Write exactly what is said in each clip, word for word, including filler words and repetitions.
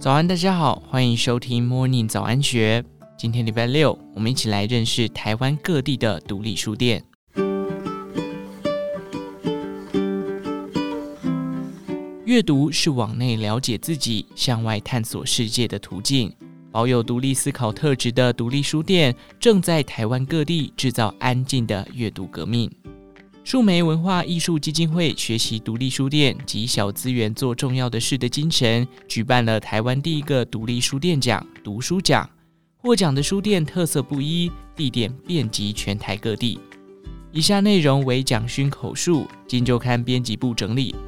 早安，大家好，欢迎收听 Morning 早安学。今天礼拜六，我们一起来认识台湾各地的独立书店。阅读是往内了解自己、向外探索世界的途径。保有独立思考特质的独立书店，正在台湾各地制造安静的阅读革命。树莓文化艺术基金会学习独立书店及小资源做重要的事的精神，举办了台湾第一个独立书店奖读书奖。获奖的书店特色不一，地点遍及全台各地。以下内容为奖勋口述，今周刊编辑部整理。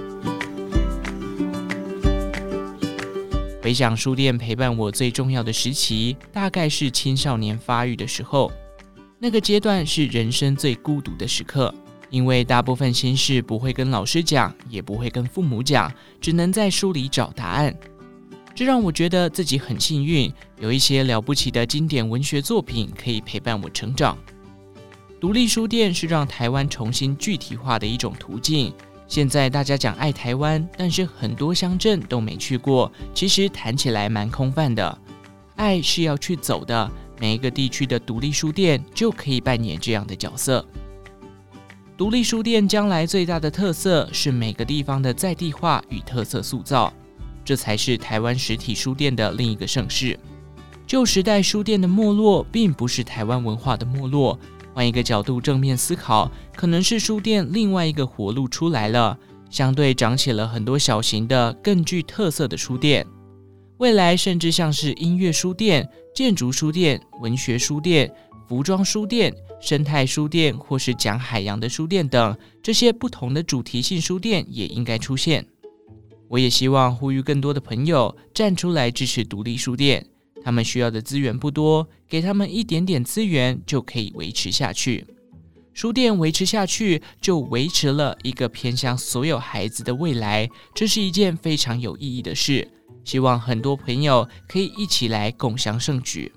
回想书店陪伴我最重要的时期，大概是青少年发育的时候。那个阶段是人生最孤独的时刻，因为大部分心事不会跟老师讲，也不会跟父母讲，只能在书里找答案。这让我觉得自己很幸运，有一些了不起的经典文学作品可以陪伴我成长。独立书店是让台湾重新具体化的一种途径。现在大家讲爱台湾，但是很多乡镇都没去过，其实谈起来蛮空泛的。爱是要去走的，每一个地区的独立书店就可以扮演这样的角色。独立书店将来最大的特色是每个地方的在地化与特色塑造，这才是台湾实体书店的另一个盛世。旧时代书店的没落，并不是台湾文化的没落。换一个角度正面思考，可能是书店另外一个活路出来了，相对长起了很多小型的更具特色的书店。未来甚至像是音乐书店、建筑书店、文学书店、服装书店、生态书店或是讲海洋的书店等，这些不同的主题性书店也应该出现。我也希望呼吁更多的朋友站出来支持独立书店，他们需要的资源不多，给他们一点点资源就可以维持下去。书店维持下去，就维持了一个偏向所有孩子的未来，这是一件非常有意义的事。希望很多朋友可以一起来共襄盛举。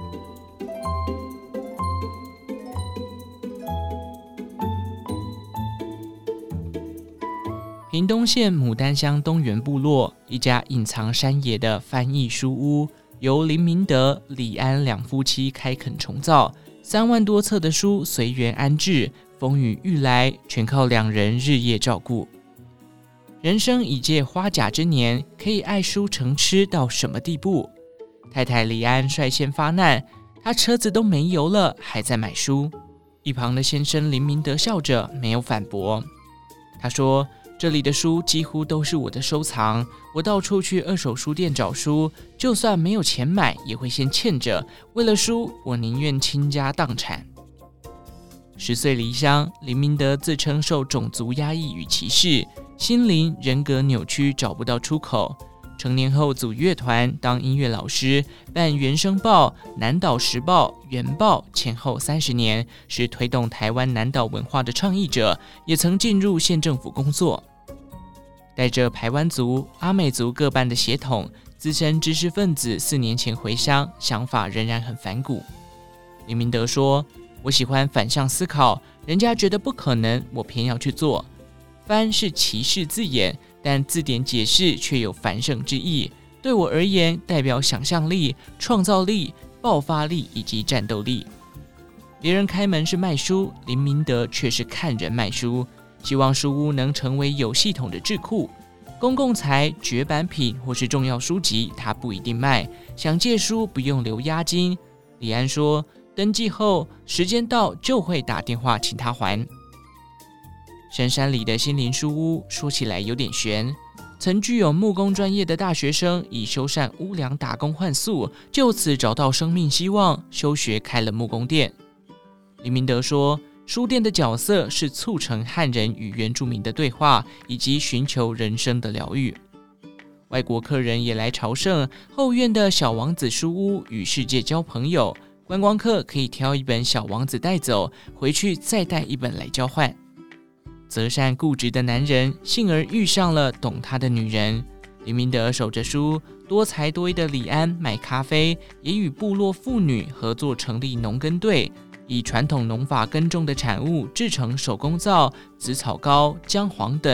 屏东县牡丹乡东源部落一家隐藏山野的翻译书屋，由林明德、李安两夫妻开垦重造，三万多册的书随缘安置，风雨欲来，全靠两人日夜照顾。人生已届花甲之年，可以爱书成痴到什么地步？太太李安率先发难，他车子都没油了，还在买书。一旁的先生林明德笑着没有反驳，他说：这里的书几乎都是我的收藏，我到处去二手书店找书，就算没有钱买，也会先欠着。为了书，我宁愿倾家荡产。十岁离乡，林明德自称受种族压抑与歧视，心灵人格扭曲，找不到出口。成年后组乐团，当音乐老师，办原声报、南岛时报、原报，前后三十年，是推动台湾南岛文化的倡议者，也曾进入县政府工作。带着排湾族、阿美族各班的血统，资深知识分子四年前回乡，想法仍然很反骨。林明德说：我喜欢反向思考，人家觉得不可能，我偏要去做。翻是歧视字眼，但字典解释却有繁盛之意，对我而言代表想象力、创造力、爆发力以及战斗力。别人开门是卖书，林明德却是看人卖书，希望书屋能成为有系统的智库。公共财、绝版品或是重要书籍他不一定卖，想借书不用留押金。李安说，登记后时间到就会打电话请他还。深山里的心灵书屋说起来有点悬，曾具有木工专业的大学生以修缮屋梁打工换宿，就此找到生命希望，休学开了木工店。林明德说，书店的角色是促成汉人与原住民的对话，以及寻求人生的疗愈。外国客人也来朝圣，后院的小王子书屋与世界交朋友，观光客可以挑一本小王子带走，回去再带一本来交换。择善固执的男人，幸而遇上了懂他的女人。林明德守着书，多才多艺的李安卖咖啡，也与部落妇女合作成立农耕队，以传统农法耕种的产物制成手工皂、紫草膏、姜黄等，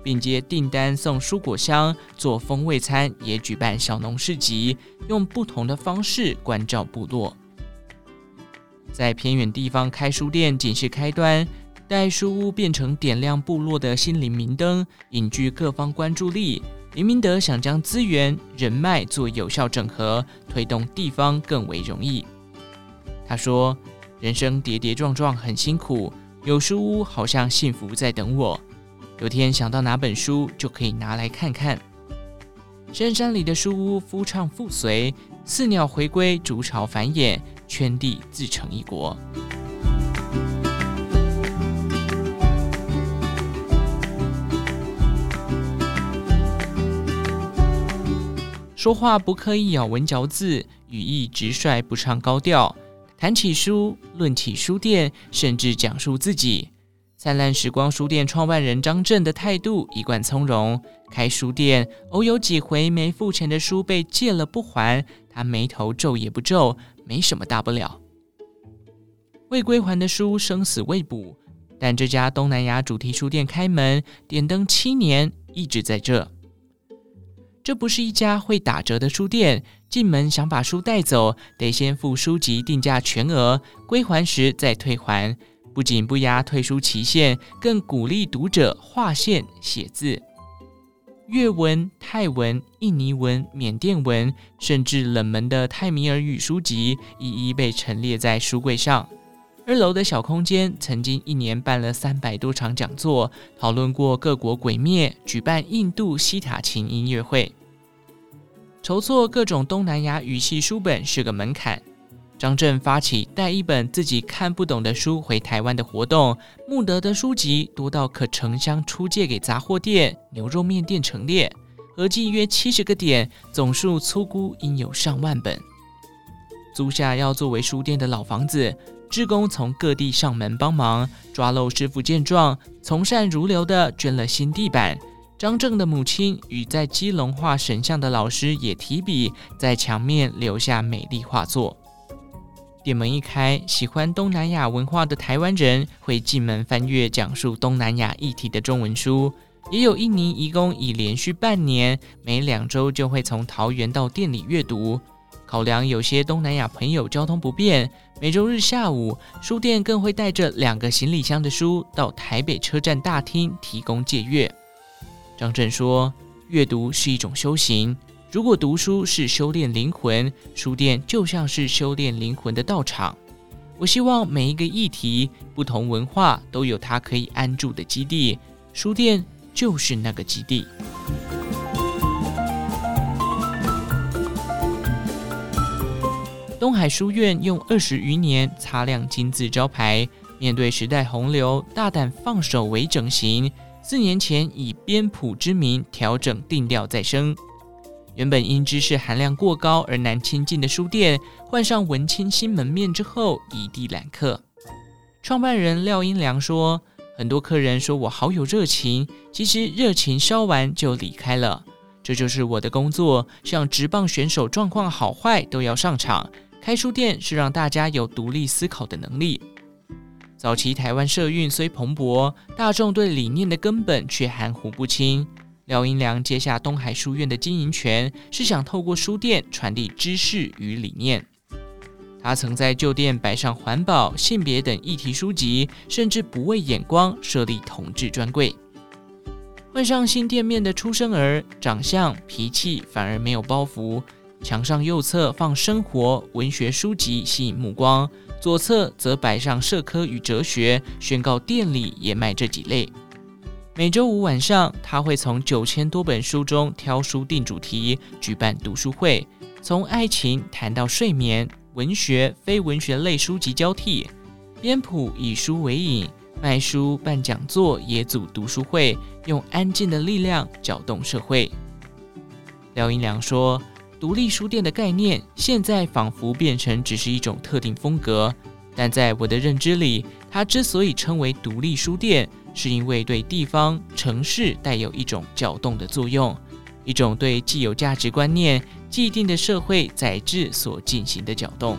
并接订单送蔬果箱，做风味餐，也举办小农市集，用不同的方式关照部落。在偏远地方开书店仅是开端，待书屋变成点亮部落的心灵明灯，引聚各方关注力。林明德想将资源、人脉做有效整合，推动地方更为容易。他说：“人生跌跌撞撞很辛苦，有书屋好像幸福在等我。有天想到哪本书，就可以拿来看看。”深山里的书屋夫唱妇随，四鸟回归，筑巢繁衍，圈地自成一国。说话不刻意咬文嚼字，语意直率，不唱高调。谈起书，论起书店，甚至讲述自己。灿烂时光书店创办人张震的态度一贯从容。开书店，偶有几回没付钱的书被借了不还，他眉头皱也不皱，没什么大不了。未归还的书生死未卜，但这家东南亚主题书店开门点灯七年，一直在这。这不是一家会打折的书店，进门想把书带走，得先付书籍定价全额，归还时再退还。不仅不压退书期限，更鼓励读者划线写字。越文、泰文、印尼文、缅甸文，甚至冷门的泰米尔语书籍，一一被陈列在书柜上。二楼的小空间曾经一年办了三百多场讲座，讨论过各国鬼灭，举办印度西塔琴音乐会。筹措各种东南亚语系书本是个门槛。张震发起带一本自己看不懂的书回台湾的活动，募得的书籍多到可成箱出借给杂货店、牛肉面店陈列，合计约七十个点，总数粗估应有上万本。租下要作为书店的老房子，志工从各地上门帮忙，抓漏师傅见状，从善如流地捐了新地板。张正的母亲与在基隆画神像的老师也提笔，在墙面留下美丽画作。店门一开，喜欢东南亚文化的台湾人会进门翻阅讲述东南亚议题的中文书，也有印尼移工已连续半年，每两周就会从桃园到店里阅读。考量有些东南亚朋友交通不便，每周日下午，书店更会带着两个行李箱的书到台北车站大厅提供借阅。张震说，阅读是一种修行，如果读书是修炼灵魂，书店就像是修炼灵魂的道场。我希望每一个议题、不同文化都有它可以安住的基地，书店就是那个基地。东海书院用二十余年擦亮金字招牌，面对时代洪流，大胆放手微整形。四年前以编谱之名调整定调再生，原本因知识含量过高而难亲近的书店，换上文青新门面之后，一地揽客。创办人廖英良说，很多客人说我好有热情，其实热情烧完就离开了。这就是我的工作，像职棒选手状况好坏都要上场，开书店是让大家有独立思考的能力。早期台湾社运虽蓬勃，大众对理念的根本却含糊不清。廖英良接下东海书院的经营权，是想透过书店传递知识与理念。他曾在旧店摆上环保、性别等议题书籍，甚至不为眼光设立同志专柜。换上新店面的出生儿，长相、脾气反而没有包袱。墙上右侧放生活、文学书籍吸引目光，左侧则摆上社科与哲学，宣告店里也卖这几类。每周五晚上，他会从九千多本书中挑书定主题，举办读书会，从爱情谈到睡眠、文学、非文学类书籍交替，编谱以书为引，卖书办讲座也组读书会，用安静的力量搅动社会。廖英良说，独立书店的概念现在仿佛变成只是一种特定风格，但在我的认知里，它之所以称为独立书店，是因为对地方、城市带有一种搅动的作用，一种对既有价值观念、既定的社会载质所进行的搅动。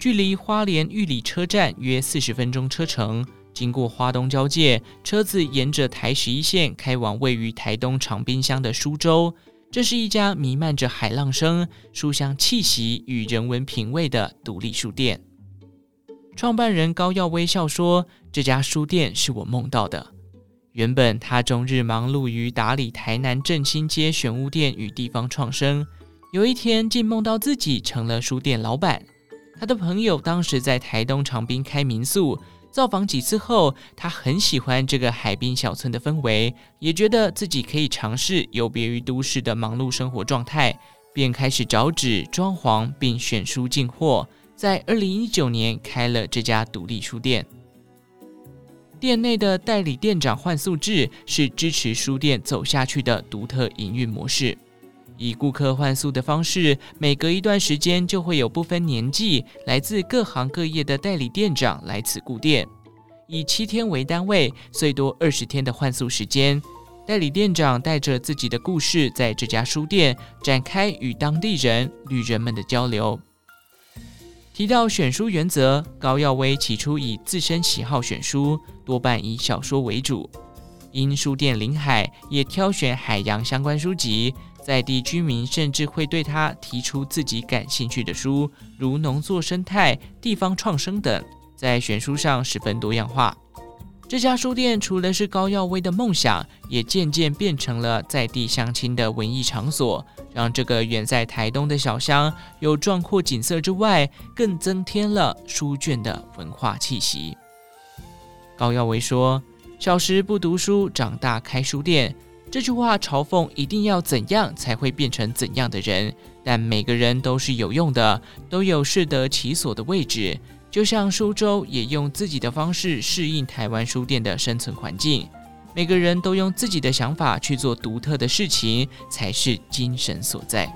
距离花莲玉里车站约四十分钟车程。经过花东交界，车子沿着台十一线开往位于台东长滨乡的书洲。这是一家弥漫着海浪声、书香气息与人文品味的独立书店。创办人高耀威笑说：“这家书店是我梦到的。原本他终日忙碌于打理台南振兴街选物店与地方创生，有一天竟梦到自己成了书店老板。他的朋友当时在台东长滨开民宿。”造访几次后，他很喜欢这个海滨小村的氛围，也觉得自己可以尝试有别于都市的忙碌生活状态，便开始找址、装潢并选书进货。在二零一九年开了这家独立书店。店内的代理店长换宿制是支持书店走下去的独特营运模式。以顾客换宿的方式，每隔一段时间就会有不分年纪、来自各行各业的代理店长来此顾店，以七天为单位，最多二十天的换宿时间。代理店长带着自己的故事，在这家书店展开与当地人、旅人们的交流。提到选书原则，高耀威起初以自身喜好选书，多半以小说为主。因书店临海，也挑选海洋相关书籍，在地居民甚至会对他提出自己感兴趣的书，如农作生态、地方创生等，在选书上十分多样化。这家书店除了是高耀威的梦想，也渐渐变成了在地乡亲的文艺场所，让这个远在台东的小乡有壮阔景色之外，更增添了书卷的文化气息。高耀威说：“小时不读书，长大开书店。”这句话嘲讽一定要怎样才会变成怎样的人，但每个人都是有用的，都有适得其所的位置。就像书洲也用自己的方式适应台湾书店的生存环境，每个人都用自己的想法去做独特的事情，才是精神所在。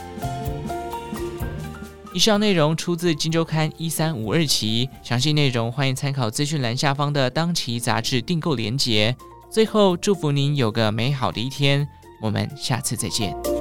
以上内容出自《今周刊》一三五二期，详细内容欢迎参考资讯栏下方的当期杂志订购连结。最后，祝福您有个美好的一天，我们下次再见。